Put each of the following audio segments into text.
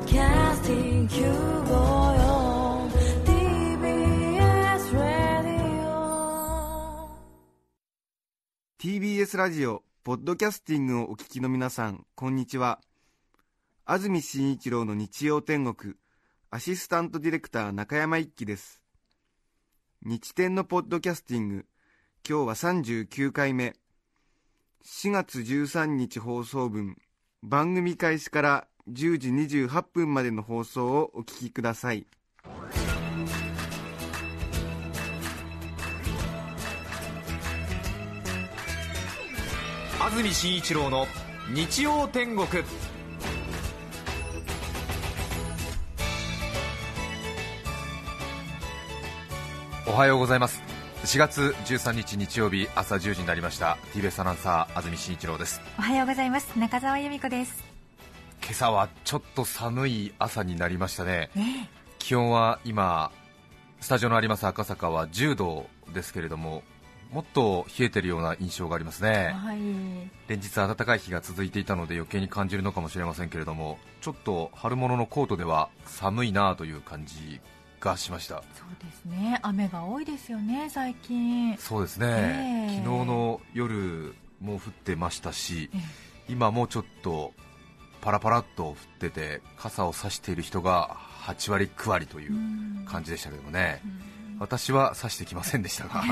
Broadcasting Q54 TBS TBS ラジオポッドキャスティングをお聞きの皆さん、こんにちは。安住紳一郎の日曜天国、アシスタントディレクター中山一輝です。日天のポッドキャスティング、今日は39回目、4月13日放送分、番組開始から10時28分までの放送をお聞きください。 安住紳一郎の日曜天国。おはようございます。4月13日日曜日朝10時になりました。 TBS アナウンサー安住紳一郎です。 おはようございます。中澤由美子です。 今朝はちょっと寒い朝になりましたね。気温は今スタジオのあります赤坂は10度ですけれども、もっと冷えてるような印象がありますね、はい、連日暖かい日が続いていたので余計に感じるのかもしれませんけれども、ちょっと春物のコートでは寒いなという感じがしました。 そうですね、雨が多いですよね最近。 そうですね、昨日の夜も降ってましたし、今もちょっとパラパラっと降ってて、傘を差している人が8割9割という感じでしたけどもね、私は差してきませんでしたが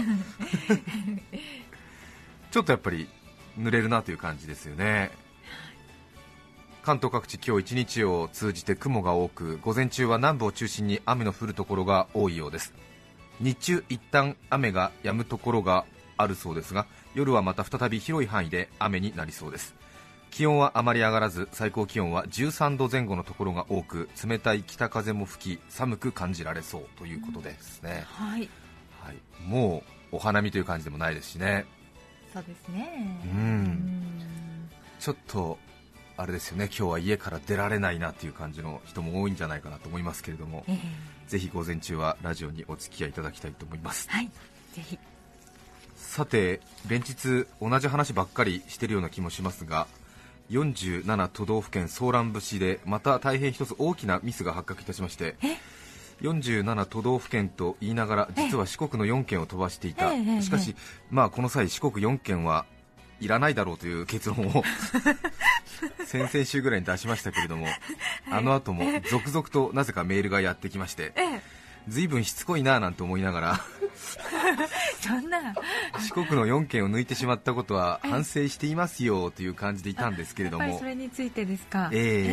ちょっとやっぱり濡れるなという感じですよね。関東各地今日一日を通じて雲が多く、午前中は南部を中心に雨の降るところが多いようです。日中一旦雨が止むところがあるそうですが、夜はまた再び広い範囲で雨になりそうです。気温はあまり上がらず、最高気温は13度前後のところが多く、冷たい北風も吹き寒く感じられそうということですね、はいはい、もうお花見という感じでもないですしね。 そうですね、 ちょっとあれですよね、今日は家から出られないなという感じの人も多いんじゃないかなと思いますけれども、ぜひ午前中はラジオにお付き合いいただきたいと思います。 はい、ぜひ。 さて、連日同じ話ばっかりしているような気もしますが、47都道府県ソーラン節でまた大変一つ大きなミスが発覚いたしまして、47都道府県と言いながら実は四国の4県を飛ばしていた。しかし、この際四国4県はいらないだろうという結論を先々週ぐらいに出しましたけれども、あの後も続々となぜかメールがやってきまして、ずいぶんしつこいななんて思いながらそんな四国の4県を抜いてしまったことは反省していますよという感じでいたんですけれども、 やっぱりそれについてですか。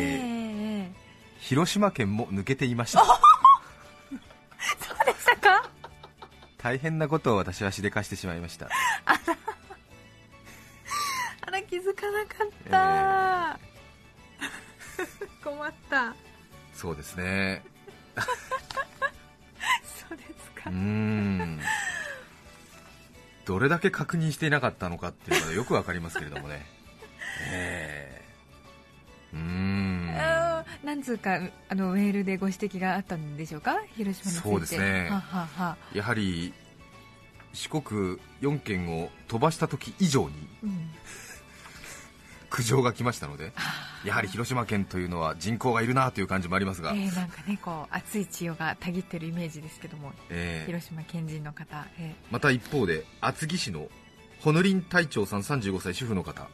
広島県も抜けていましたそうでしたか。 大変なことを私はしでかしてしまいました。 あら気づかなかった、困った。 そうですねそうですか。 どれだけ確認していなかったのかっていうのがよくわかりますけれどもね何通かメールでご指摘があったんでしょうか、広島について。 そうですね、やはり四国4県を飛ばした時以上に、苦情が来ましたので、やはり広島県というのは人口がいるなという感じもありますが、 なんかね、こう熱い血がたぎってるイメージですけども、広島県人の方、 また一方で厚木市のほぬりん隊長さん35歳主婦の方、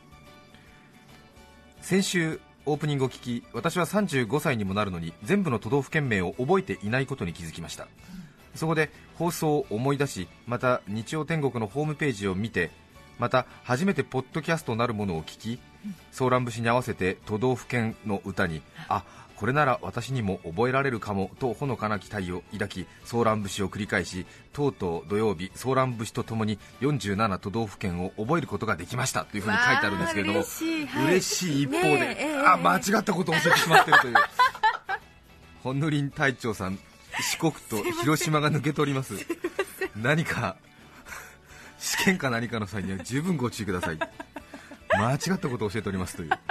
先週オープニングを聞き、私は35歳にもなるのに全部の都道府県名を覚えていないことに気づきました。そこで放送を思い出し、また日曜天国のホームページを見て、また初めてポッドキャストなるものを聞き、ソーラン節に合わせて都道府県の歌に、これなら私にも覚えられるかもとほのかな期待を抱き、ソーラン節を繰り返し、とうとう土曜日ソーラン節とともに47都道府県を覚えることができましたというふうに書いてあるんですけれども、嬉しい一方で、間違ったことを教えてしまっているというほぬりん隊長さん、四国と広島が抜けております。何か試験か何かの際には十分ご注意ください。間違ったことを教えておりますというす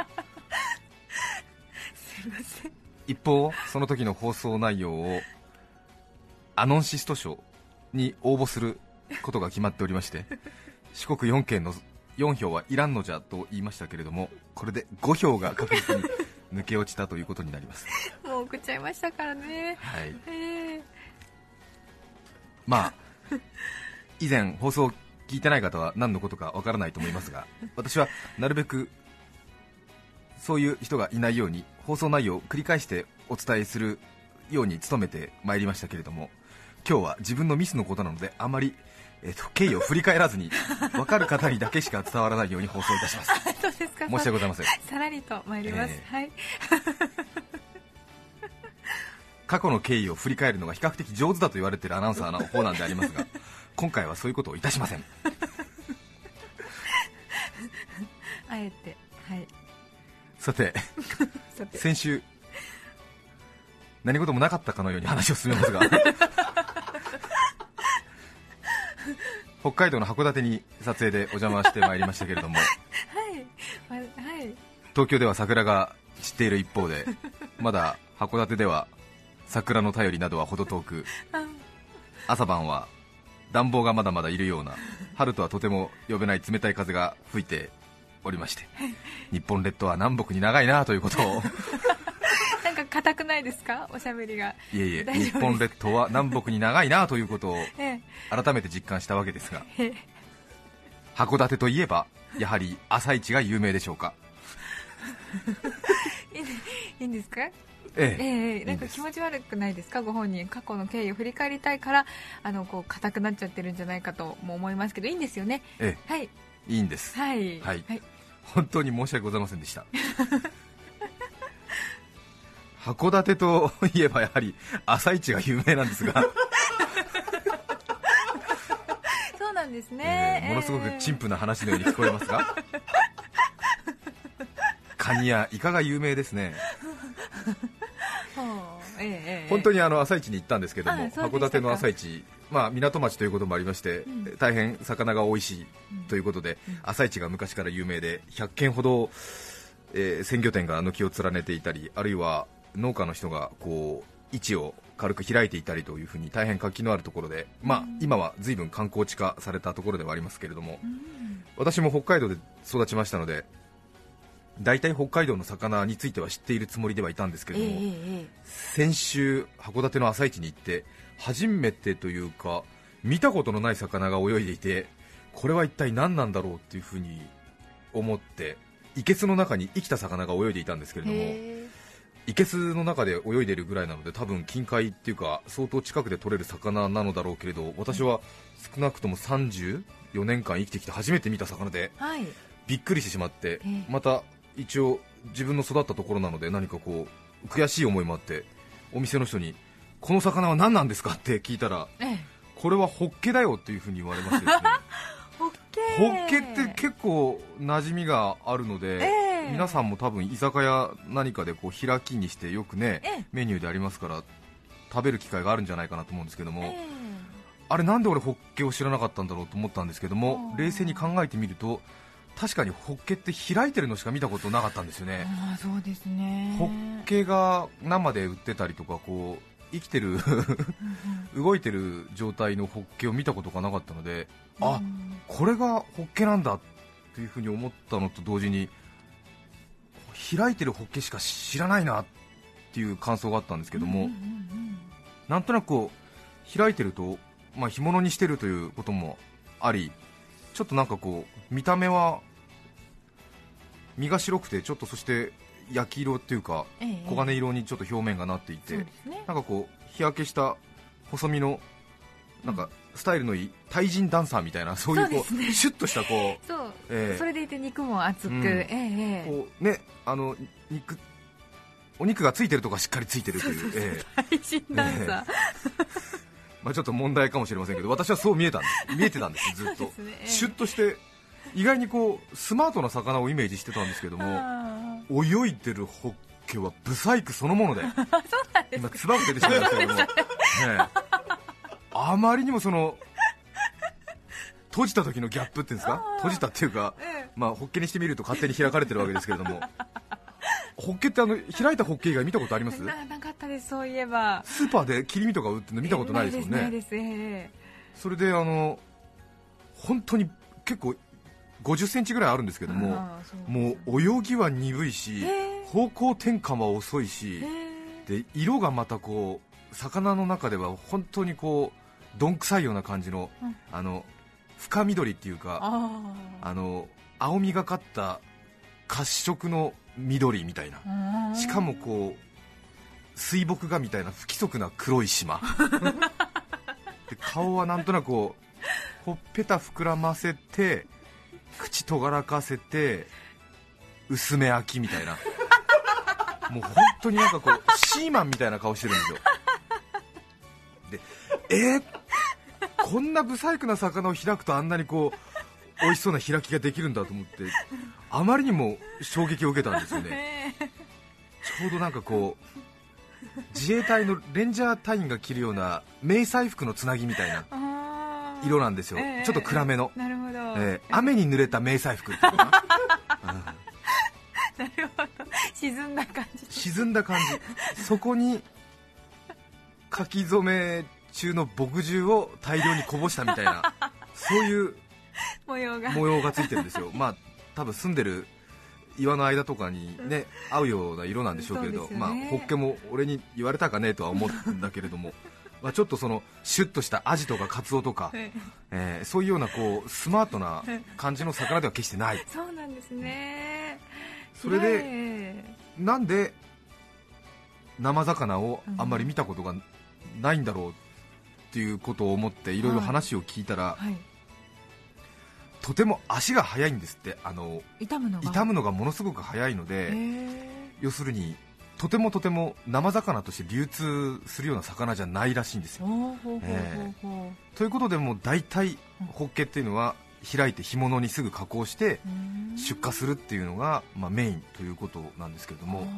いません。 一方、その時の放送内容をアノンシスト賞に応募することが決まっておりまして、四国4県の4票はいらんのじゃと言いましたけれども、これで5票が確実に抜け落ちたということになります。 もう送っちゃいましたからね。 はい、まあ以前放送を聞いてない方は何のことかわからないと思いますが、私はなるべくそういう人がいないように放送内容を繰り返してお伝えするように努めてまいりましたけれども、今日は自分のミスのことなのであまり、経緯を振り返らずに分かる方にだけしか伝わらないように放送いたします。 そうですか。 申し訳ございません。 さらりと参ります、はい。 過去の経緯を振り返るのが比較的上手だと言われているアナウンサーの方なんでありますが今回はそういうことをいたしません。 あえて、はい。 さて先週何事もなかったかのように話を進めますが北海道の函館に撮影でお邪魔してまいりましたけれども、 はい、はい、 東京では桜が散っている一方でまだ函館では桜の便りなどはほど遠く、朝晩は暖房がまだまだいるような春とはとても呼べない冷たい風が吹いておりまして、日本列島は南北に長いなということをなんか硬くないですか、おしゃべりが。 いえいえ、日本列島は南北に長いなということを改めて実感したわけですが、函館といえばやはり朝市が有名でしょうか。 いいんですか。 なんか気持ち悪くないですか、ご本人過去の経緯を振り返りたいからこう硬くなっちゃってるんじゃないかとも思いますけど、いいんですよね。はい、 いいんです。 はい、 はい、本当に申し訳ございませんでした。函館といえばやはり朝市が有名なんですがそうなんですね、 ものすごく陳腐な話のように聞こえますがカニやイカが有名ですね。本当に朝市に行ったんですけども、函館の朝市、港町ということもありまして、大変魚が美味しいということで、朝市が昔から有名で100軒ほど、鮮魚店が軒を連ねていたり、あるいは農家の人がこう市を軽く開いていたりというふうに大変活気のあるところで、今は随分観光地化されたところではありますけれども、私も北海道で育ちましたので大体北海道の魚については知っているつもりではいたんですけれども、先週函館の朝市に行って初めてというか見たことのない魚が泳いでいて、これは一体何なんだろうっていうふうに思って、生けすの中に生きた魚が泳いでいたんですけれども、生けすの中で泳いでいるぐらいなので多分近海っていうか相当近くで取れる魚なのだろうけれど、私は少なくとも34年間生きてきて初めて見た魚で、びっくりしてしまって、また一応自分の育ったところなので何かこう悔しい思いもあって、お店の人にこの魚は何なんですかって聞いたら、これはホッケだよっていうふうに言われましてですねホッケって結構馴染みがあるので、皆さんも多分居酒屋何かでこう開きにしてよくね、メニューでありますから食べる機会があるんじゃないかなと思うんですけども、あれなんで俺ホッケを知らなかったんだろうと思ったんですけども、冷静に考えてみると確かにホッケって開いてるのしか見たことなかったんですよね。 そうですね。 ホッケが生で売ってたりとか、こう生きてる動いてる状態のホッケを見たことがなかったので、これがホッケなんだというふうに思ったのと同時に、開いてるホッケしか知らないなっていう感想があったんですけども、なんとなくこう開いてると、干物にしてるということもあり、ちょっとなんかこう見た目は身が白くて、ちょっとそして焼き色っていうか、黄金色にちょっと表面がなっていて、なんかこう日焼けした細身のなんかスタイルのいいタイ人ダンサーみたいな、そういうこうシュッとしたこう、 それでいて肉も厚く、 こうね、お肉がついてるとかしっかりついてるという、 タイ人ダンサー、 ちょっと問題かもしれませんけど、私はそう見えてたんですずっと、シュッとして意外にこうスマートな魚をイメージしてたんですけども、泳いでるホッケはブサイクそのもので今つばが出てしまいましたけども、あまりにもその閉じた時のギャップっていうんですか、閉じたっていうか、ホッケにしてみると勝手に開かれてるわけですけれども、ホッケって開いたホッケ以外見たことあります？ なかったです。そういえばスーパーで切り身とか売ってるの見たことないですもんね。 ないです。 それで本当に結構50センチぐらいあるんですけども、もう泳ぎは鈍いし、 方向転換は遅いし、で色がまたこう魚の中では本当にこうどんくさいような感じの、深緑っていうか、青みがかった褐色の緑みたいな、しかもこう水墨画みたいな不規則な黒い島で顔はなんとなくこうほっぺた膨らませて口とがらかせて薄め焼きみたいなもう本当になんかこうシーマンみたいな顔してるんですよ。でこんな不細工な魚を開くとあんなにこう美味しそうな開きができるんだと思って、あまりにも衝撃を受けたんですよね。ちょうどなんかこう自衛隊のレンジャー隊員が着るような迷彩服のつなぎみたいな色なんですよ、ちょっと暗めの。 なるほど、 雨に濡れた迷彩服っていうかな、 なるほど、沈んだ感じ。 沈んだ感じ。そこに書き初め中の墨汁を大量にこぼしたみたいなそういう模様がついてるんですよ。まあ多分住んでる岩の間とかにね、合うような色なんでしょうけれど、まあホッケも俺に言われたかねとは思うんだけれどもまあちょっとそのシュッとしたアジとかカツオとか、そういうようなこうスマートな感じの魚では決してない。 そうなんですね。 それで、なんで生魚をあんまり見たことがないんだろうっていうことを思っていろいろ話を聞いたら、とても足が速いんですって。傷むのがものすごく速いので、要するにとても生魚として流通するような魚じゃないらしいんですよ。ということでもう大体ホッケっていうのは開いて干物にすぐ加工して出荷するっていうのが、まあ、メインということなんですけれども、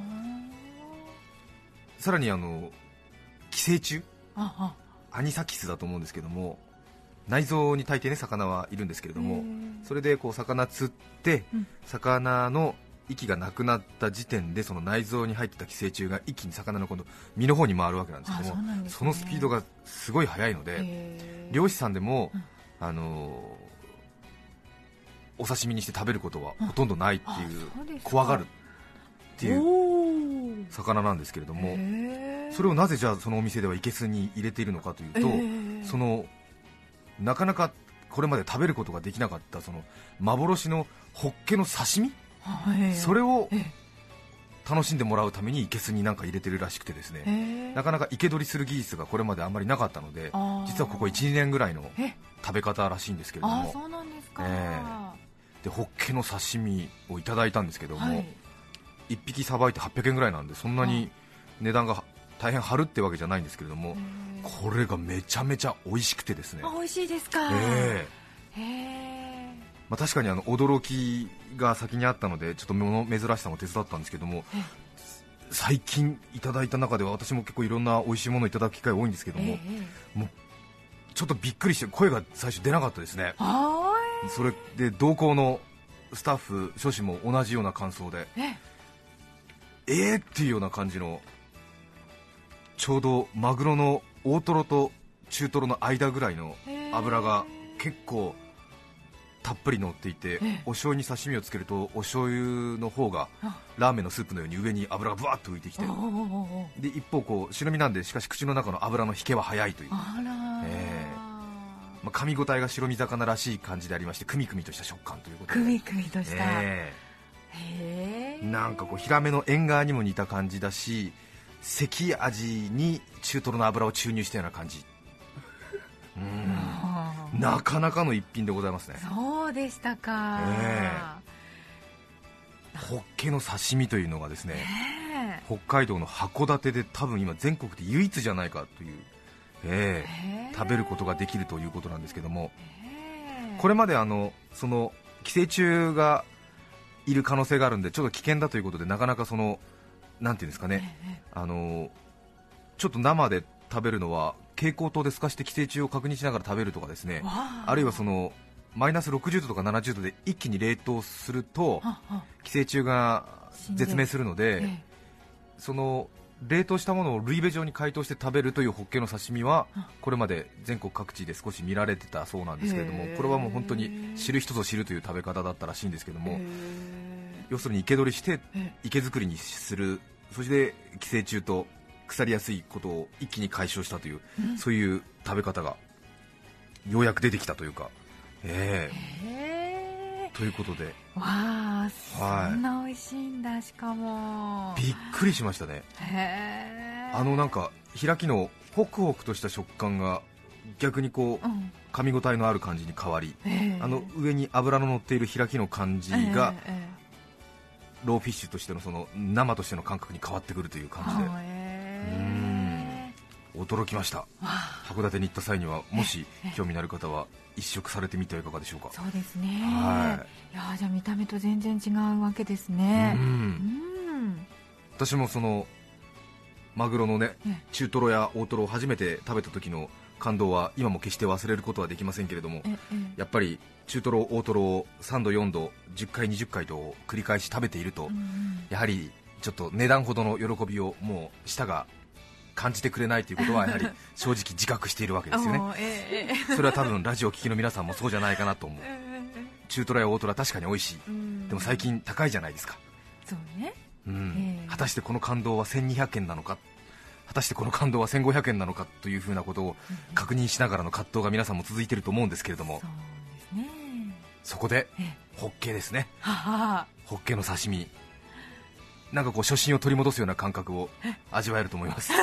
さらに寄生虫、アニサキスだと思うんですけども、内臓に大抵ね魚はいるんですけれども、それでこう魚釣って、魚の息がなくなった時点でその内臓に入ってた寄生虫が一気に魚の今度身の方に回るわけなんですけども、そのスピードがすごい速いので、漁師さんでも、お刺身にして食べることはほとんどないっていう、怖がるっていう魚なんですけれども、それをなぜじゃあそのお店では生けすに入れているのかというと、そのなかなかこれまで食べることができなかったその幻のホッケの刺身、それを楽しんでもらうために生けすになんか入れてるらしくてですね、なかなか生け捕りする技術がこれまであんまりなかったので、実はここ 1,2 年ぐらいの食べ方らしいんですけれども、 そうなんですか。 でホッケの刺身をいただいたんですけども、1匹さばいて800円ぐらいなんで、そんなに値段が大変張るってわけじゃないんですけれども、これがめちゃめちゃ美味しくてですね。 美味しいですか。 まあ、確かに驚きが先にあったのでちょっと物珍しさも手伝ったんですけども、最近いただいた中では私も結構いろんな美味しいものをいただく機会多いんですけども、もうちょっとびっくりして声が最初出なかったですね。それで同行のスタッフ諸氏も同じような感想で、っていうような感じの、ちょうどマグロの大トロと中トロの間ぐらいの脂が結構たっぷり乗っていて、お醤油に刺身をつけるとお醤油の方がラーメンのスープのように上に油がブワッと浮いてきて、で一方こう白身なんで、しかし口の中の油の引けは早いという、まあ、噛み応えが白身魚らしい感じでありまして、クミクミとした食感ということで、 クミクミとした、 なんかこうヒラメの縁側にも似た感じだし、関味に中トロの油を注入したような感じ、なかなかの一品でございますね。 そうでしたか。 ホッケの刺身というのがですね、北海道の函館で多分今全国で唯一じゃないかという、食べることができるということなんですけども、これまでその寄生虫がいる可能性があるんでちょっと危険だということで、なかなかそのなんていうんですかね、ちょっと生で食べるのは蛍光灯で透かして寄生虫を確認しながら食べるとかですね、あるいはそのマイナス60度とか70度で一気に冷凍すると寄生虫が絶命するので、その冷凍したものをルイベ状に解凍して食べるというホッケの刺身はこれまで全国各地で少し見られてたそうなんですけれども、これはもう本当に知る人ぞ知るという食べ方だったらしいんですけども、 要するに生け捕りして池作りにする、そして寄生虫と腐りやすいことを一気に解消したという、そういう食べ方がようやく出てきたというか、ということで、 わあ、そんな美味しいんだ。しかもびっくりしましたね。なんか開きのホクホクとした食感が逆にこう、噛み応えのある感じに変わり、上に脂の乗っている開きの感じが、ローフィッシュとしてのその生としての感覚に変わってくるという感じで、驚きました。函館に行った際にはもし興味のある方は一食されてみてはいかがでしょうか。 そうですね、いやじゃあ見た目と全然違うわけですね。 私もそのマグロのね、中トロや大トロを初めて食べた時の感動は今も決して忘れることはできませんけれども、やっぱり中トロ大トロを3度4度10回20回と繰り返し食べていると、やはりちょっと値段ほどの喜びをもう舌が感じてくれないということはやはり正直自覚しているわけですよね。それは多分ラジオを聴きの皆さんもそうじゃないかなと思う。中トロや大トロは確かに美味しい、でも最近高いじゃないですか。 そうね、 果たしてこの感動は1200円なのか、果たしてこの感動は1500円なのかというふうなことを確認しながらの葛藤が皆さんも続いていると思うんですけれども、そこでホッケですね。ホッケの刺身、なんかこう初心を取り戻すような感覚を味わえると思います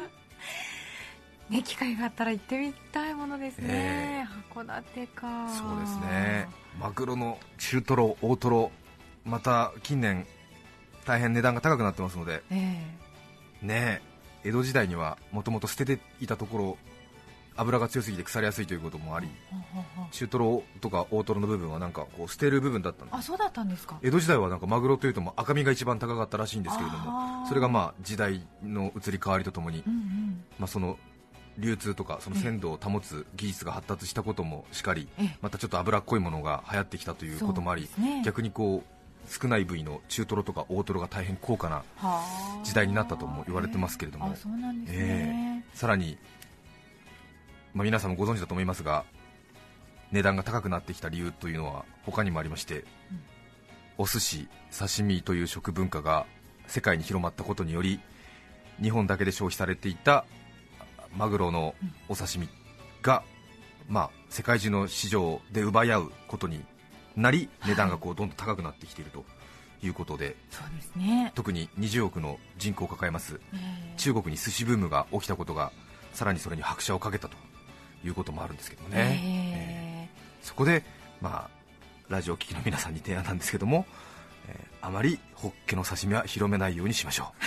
ね、機会があったら行ってみたいものですね。函館か。 そうですね、マグロの中トロ大トロ、また近年大変値段が高くなってますので、ね、江戸時代にはもともと捨てていたところ油が強すぎて腐りやすいということもあり、中トロとか大トロの部分はなんかこう捨てる部分だったんです。 そうだったんですか。 江戸時代はなんかマグロというとも赤身が一番高かったらしいんですけれども、それがまあ時代の移り変わりとともに、その流通とかその鮮度を保つ技術が発達したこともしかり、またちょっと脂っこいものが流行ってきたということもあり、逆にこう少ない部位の中トロとか大トロが大変高価な時代になったとも言われてますけれども、さらに、皆さんもご存知だと思いますが、値段が高くなってきた理由というのは他にもありまして、お寿司刺身という食文化が世界に広まったことにより、日本だけで消費されていたマグロのお刺身が、世界中の市場で奪い合うことになり、値段がこうどんどん高くなってきているということで、特に20億の人口を抱えます中国に寿司ブームが起きたことがさらにそれに拍車をかけたということもあるんですけどもね、そこで、ラジオを聴きの皆さんに提案なんですけども、あまりホッケの刺身は広めないようにしましょ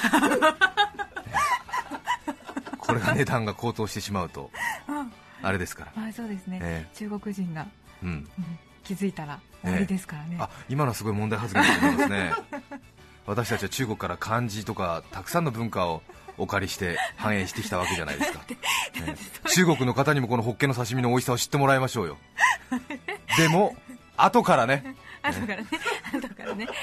うこれが値段が高騰してしまうとあれですから、 そうですね、中国人が、気づいたら終わりですからね。 今のはすごい問題発言だと思いますね私たちは中国から漢字とかたくさんの文化をお借りして反映してきたわけじゃないですか、中国の方にもこのホッケの刺身の美味しさを知ってもらいましょうよでも後からね後からね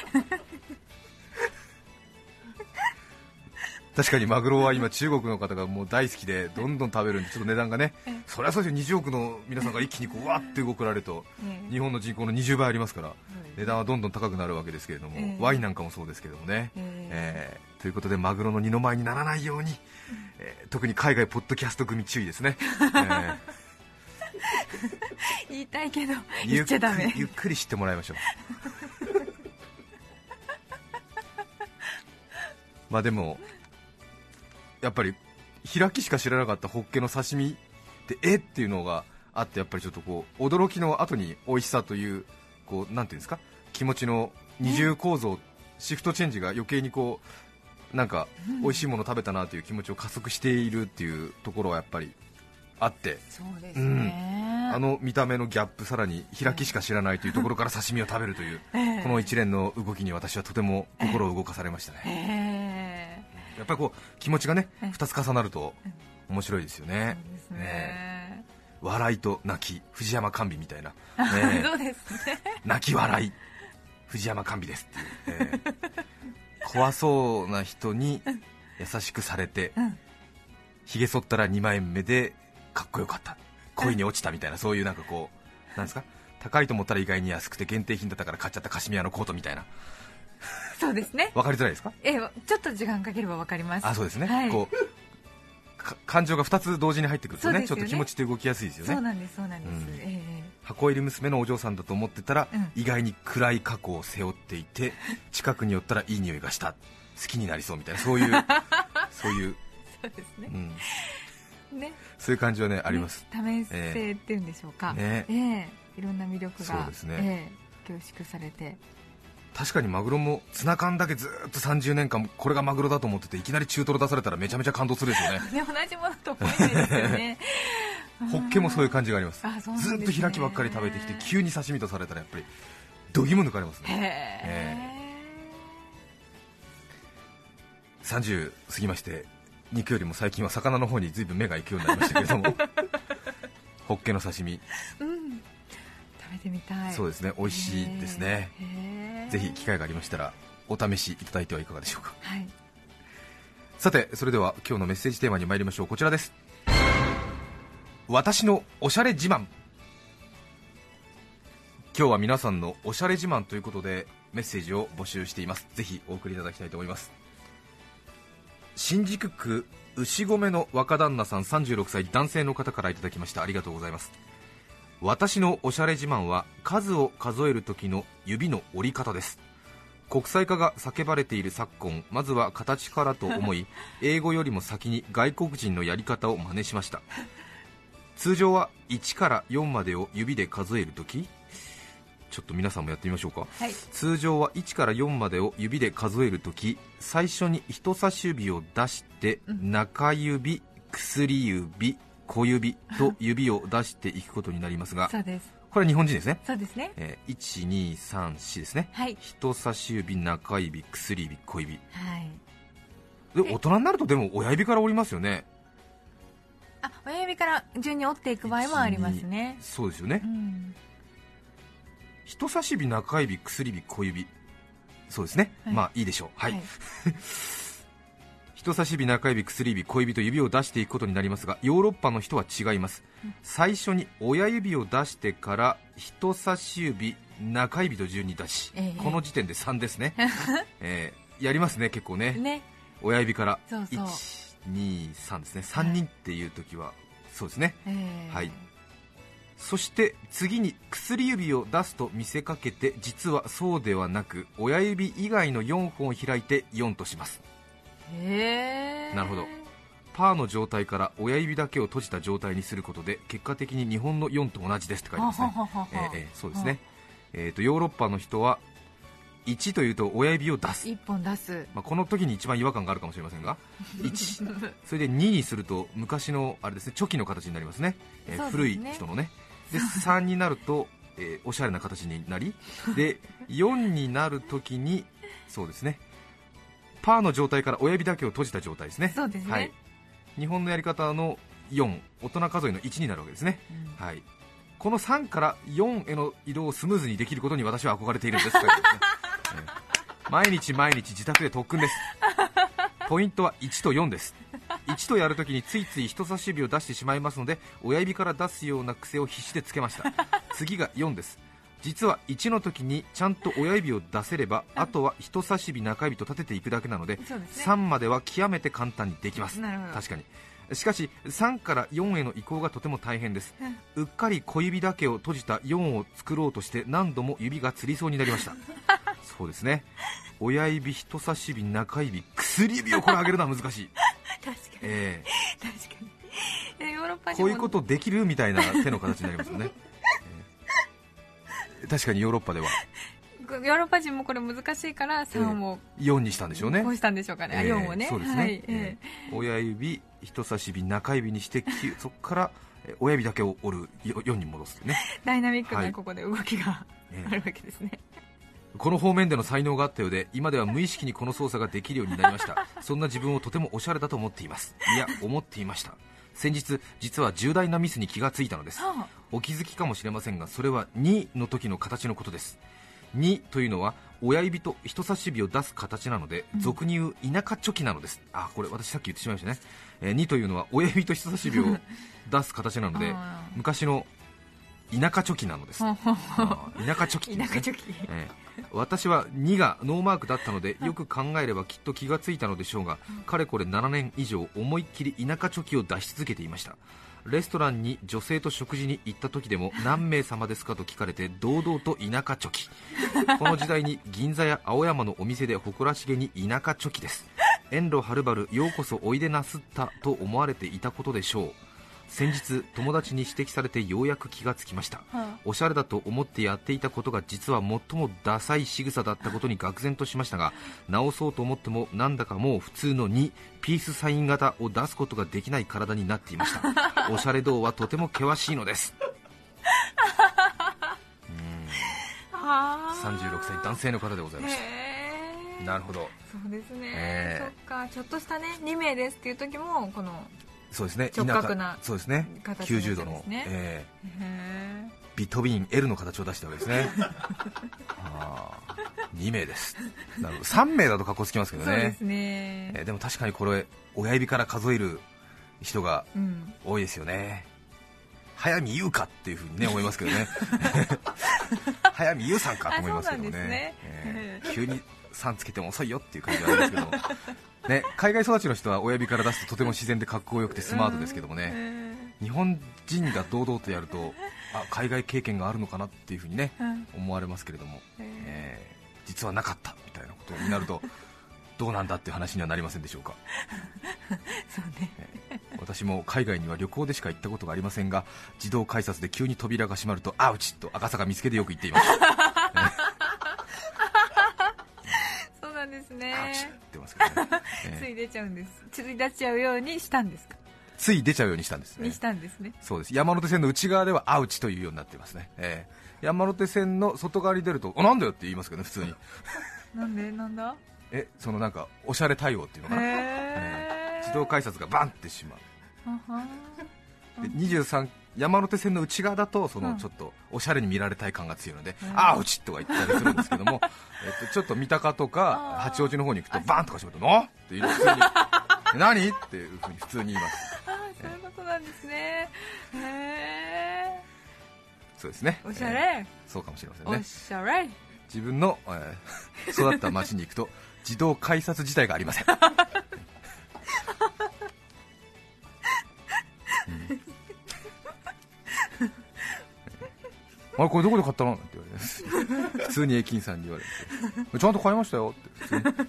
確かにマグロは今中国の方がもう大好きでどんどん食べるんで、ちょっと値段がね、それはそうですよ、20億の皆さんが一気にこうわって動くられると、日本の人口の20倍ありますから、値段はどんどん高くなるわけですけれども、ワインなんかもそうですけれどもね、ということでマグロの二の舞にならないように、特に海外ポッドキャスト組注意ですね、 言いたいけど言っちゃダメ、 ゆっくり知ってもらいましょうでもやっぱり開きしか知らなかったホッケの刺身ってっていうのがあって、やっぱりちょっとこう驚きの後に美味しさという、こうなんていうんですか、気持ちの二重構造、シフトチェンジが余計にこうなんか美味しいもの食べたなという気持ちを加速しているっていうところはやっぱりあって、 そうですね、 見た目のギャップ、さらに開きしか知らないというところから刺身を食べるという、この一連の動きに私はとても心を動かされましたね、やっぱりこう気持ちがね2つ重なると面白いですよね。笑いと泣き、藤山甘美みたいな、 そうですね、 泣き笑い藤山甘美ですっていう、怖そうな人に優しくされて、ひげ剃ったら2枚目でかっこよかった、恋に落ちたみたいな、そういうなんかこうなんですか、高いと思ったら意外に安くて限定品だったから買っちゃったカシミヤのコートみたいなそうですね。 分かりづらいですか？ ちょっと時間かければ分かります。 あ、そうですね、 はい、 こう感情が2つ同時に入ってくると ね、ちょっと気持ちって動きやすいですよね。 そうなんです、そうなんです、 箱入り娘のお嬢さんだと思ってたら、意外に暗い過去を背負っていて、近くに寄ったらいい匂いがした、好きになりそうみたいな、そういうそうですね、ね、 そういう感じはねあります。 多面性っていうんでしょうか、いろんな魅力がそうですね、 凝縮されて、 確かにマグロもツナ缶だけずっと30年間これがマグロだと思ってて、いきなり中トロ出されたらめちゃめちゃ感動するですよね。 同じものと思えないですよね。 ホッケもそういう感じがあります。 そうなんですね、 ずっと開きばっかり食べてきて、急に刺身とされたらやっぱり度肝抜かれますね。30過ぎまして、肉よりも最近は魚の方に随分目が行くようになりましたけれどもホッケの刺身、 食べてみたい。 そうですね、美味しいですね。ぜひ機会がありましたらお試しいただいてはいかがでしょうか。 はい、 さて、それでは今日のメッセージテーマに参りましょう。こちらです。私のおしゃれ自慢。今日は皆さんのおしゃれ自慢ということでメッセージを募集しています。ぜひお送りいただきたいと思います。新宿区牛込の若旦那さん、36歳男性の方からいただきました。ありがとうございます。私のおしゃれ自慢は数を数える時の指の折り方です。国際化が叫ばれている昨今、まずは形からと思い英語よりも先に外国人のやり方を真似しました。通常は1から4までを指で数えるとき、ちょっと皆さんもやってみましょうか。 はい、 通常は1から4までを指で数えるとき、最初に人差し指を出して、中指、薬指、小指と指を出していくことになりますが、 そうです。 これは日本人ですね。 そうですね。 1、2、3、4ですね。 はい、 人差し指、中指、薬指、小指。 はい、 で、大人になるとでも親指から折りますよね。 親指から順に折っていく場合もありますね。 そうですよね、人差し指、中指、薬指、小指、そうですね、まあいいでしょう。はい、人差し指、中指、薬指、小指と指を出していくことになりますが、ヨーロッパの人は違います。最初に親指を出してから人差し指、中指と順に出し、この時点で3ですね。やりますね、結構ね。親指からそうそう、 1、2、3ですね。3人っていう時はそうですね。はい。そして次に薬指を出すと見せかけて、実はそうではなく親指以外の4本を開いて4とします。なるほど。パーの状態から親指だけを閉じた状態にすることで、結果的に日本の4と同じですって書いてますね。そうですね。ヨーロッパの人は1というと親指を出す、1 本出す、 この時に一番違和感があるかもしれませんが1それで2にすると昔のあれですね、チョキの形になりますね。古い人のね。で3になると、おしゃれな形になり、で4になる時にそうですね、パーの状態から親指だけを閉じた状態ですね。 そうですね、 はい、日本のやり方の4、大人数えの1になるわけですね。はい、この3から4への移動をスムーズにできることに私は憧れているんです。毎日毎日自宅で特訓です。ポイントは1と4です。1とやるときについつい人差し指を出してしまいますので、親指から出すような癖を必死でつけました。次が4です。実は1の時にちゃんと親指を出せれば、あとは人差し指、中指と立てていくだけなので、3までは極めて簡単にできます。確かに。しかし3から4への移行がとても大変です。うっかり小指だけを閉じた4を作ろうとして何度も指がつりそうになりました。そうですね、親指、人差し指、中指、薬指をこれ上げるのは難しい。 確かに、確かに。ヨーロッパ人もこういうことできるみたいな手の形になりますよね。確かにヨーロッパではヨーロッパ人もこれ難しいから3を 4にしたんでしょうね。 こうしたんでしょうかね。4をね。 そうですね。親指、人差し指、中指にしてそこから親指だけを折る4に戻すね。 ダイナミックなここで動きがあるわけですね。 この方面での才能があったようで、今では無意識にこの操作ができるようになりました。そんな自分をとてもおしゃれだと思っています。いや、思っていました。先日実は重大なミスに気がついたのです。お気づきかもしれませんが、それは2の時の形のことです。2というのは親指と人差し指を出す形なので、俗に言う田舎チョキなのです。これ私さっき言ってしまいましたね。2というのは親指と人差し指を出す形なので昔の田舎チョキなのです。田舎チョキですね。 田舎チョキ、 私は2がノーマークだったので、よく考えればきっと気がついたのでしょうが、かれこれ7年以上思いっきり田舎チョキを出し続けていました。レストランに女性と食事に行った時でも何名様ですかと聞かれて堂々と田舎チョキ。この時代に銀座や青山のお店で誇らしげに田舎チョキです。遠路はるばるようこそおいでなすったと思われていたことでしょう。先日友達に指摘されてようやく気がつきました、おしゃれだと思ってやっていたことが実は最もダサい仕草だったことに愕然としましたが、直そうと思ってもなんだかもう普通の2ピースサイン型を出すことができない体になっていました。おしゃれ道はとても険しいのです。36歳男性の方でございました。なるほど、 そうですね、そっか、ちょっとしたね2名ですっていう時もこのそうですね、 直角なそうですね、90度の、ビトビーン L の形を出したわけですね。2名です。なるほど、3名だとかっこつきますけどね。 そうですね、 でも確かにこれ親指から数える人が多いですよね。早見優かっていうふうに、ね、思いますけどね。早見優さんかと思いますけど ね、急に3つけても遅いよっていう感じがあるんですけどもね、海外育ちの人は親指から出すととても自然でかっこよくてスマートですけどもね、日本人が堂々とやると海外経験があるのかなっていうふうにね、思われますけれども、実はなかったみたいなことになるとどうなんだっていう話にはなりませんでしょうか。 そうね、 私も海外には旅行でしか行ったことがありませんが、自動改札で急に扉が閉まるとアウチと赤坂見つけでよく言っています。 そうなんですね。 アウチって言ってますけどね。 つい出ちゃうんです。つい出ちゃうようにしたんですか。 つい出ちゃうようにしたんですね。 にしたんですね。 そうです。山手線の内側ではアウチというようになっていますね。山手線の外側に出るとなんだよって言いますけどね、普通に。 なんでなんだ。 そのなんかおしゃれ対応っていうのかな、自動改札がバンってしまう。で23山手線の内側だとそのちょっとおしゃれに見られたい感が強いので、アウチとか言ったりするんですけども、ちょっと三鷹とか八王子の方に行くとバンとかしまうとのっていう普通に何っていうふうに普通に言います。 そういうことなんですね。 そうですね。 おしゃれ、 そうかもしれませんね。 おしゃれ。 自分の、育った町に行くと自動改札自体がありません。あれこれどこで買ったのなんて言われます。普通に駅員さんに言われて、ちゃんと買いましたよって普通に。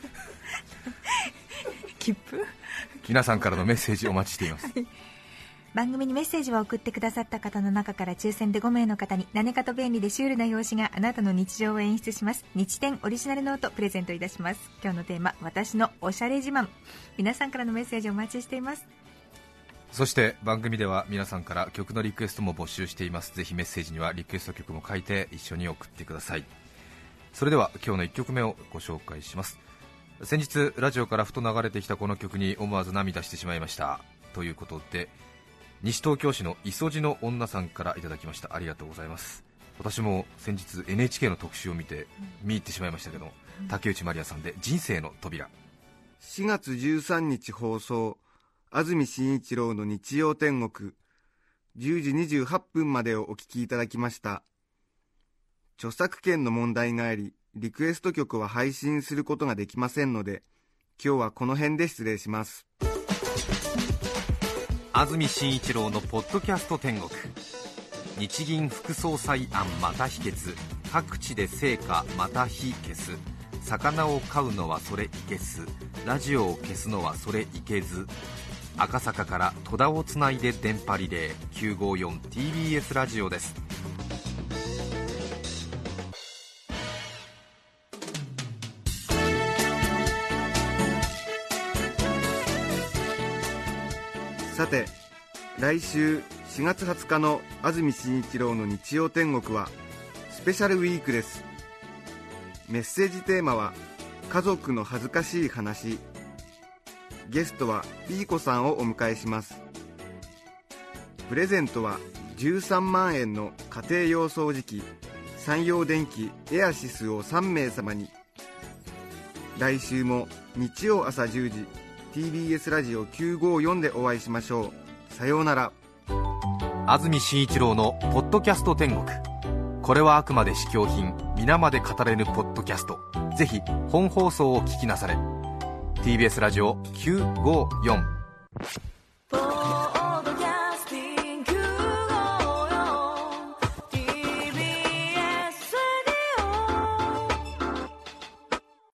切符。 皆さんからのメッセージお待ちしています。 番組にメッセージを送ってくださった方の中から抽選で5名の方に何かと便利でシュールな表紙があなたの日常を演出します日展オリジナルノートプレゼントいたします。今日のテーマ、私のおしゃれ自慢。皆さんからのメッセージお待ちしています。 そして番組では皆さんから曲のリクエストも募集しています。ぜひメッセージにはリクエスト曲も書いて一緒に送ってください。それでは今日の1曲目をご紹介します。先日ラジオからふと流れてきたこの曲に思わず涙してしまいましたということで、西東京市の磯路の女さんからいただきました。ありがとうございます。私も先日 NHK の特集を見て見入ってしまいましたけど、竹内まりやさんで人生の扉。 4月13日放送、安住紳一郎の日曜天国、10時28分までをお聞きいただきました。著作権の問題があり、リクエスト曲は配信することができませんので、今日はこの辺で失礼します。 安住紳一郎のポッドキャスト天国。日銀副総裁案また否決、各地で成果また火消す、魚を飼うのはそれいけす、ラジオを消すのはそれいけず。赤坂から戸田をつないで電波リレー 954TBS ラジオです。 さて、来週4月20日の安住紳一郎の日曜天国はスペシャルウィークです。メッセージテーマは家族の恥ずかしい話。ゲストはピーコさんをお迎えします。プレゼントは13万円の家庭用掃除機三洋電機エアシスを3名様に。来週も日曜朝10時TBS ラジオ954でお会いしましょう。さようなら。 安住紳一郎のポッドキャスト天国。これはあくまで試供品、皆まで語れぬポッドキャスト。ぜひ本放送を聞きなされ。 TBS ラジオ954。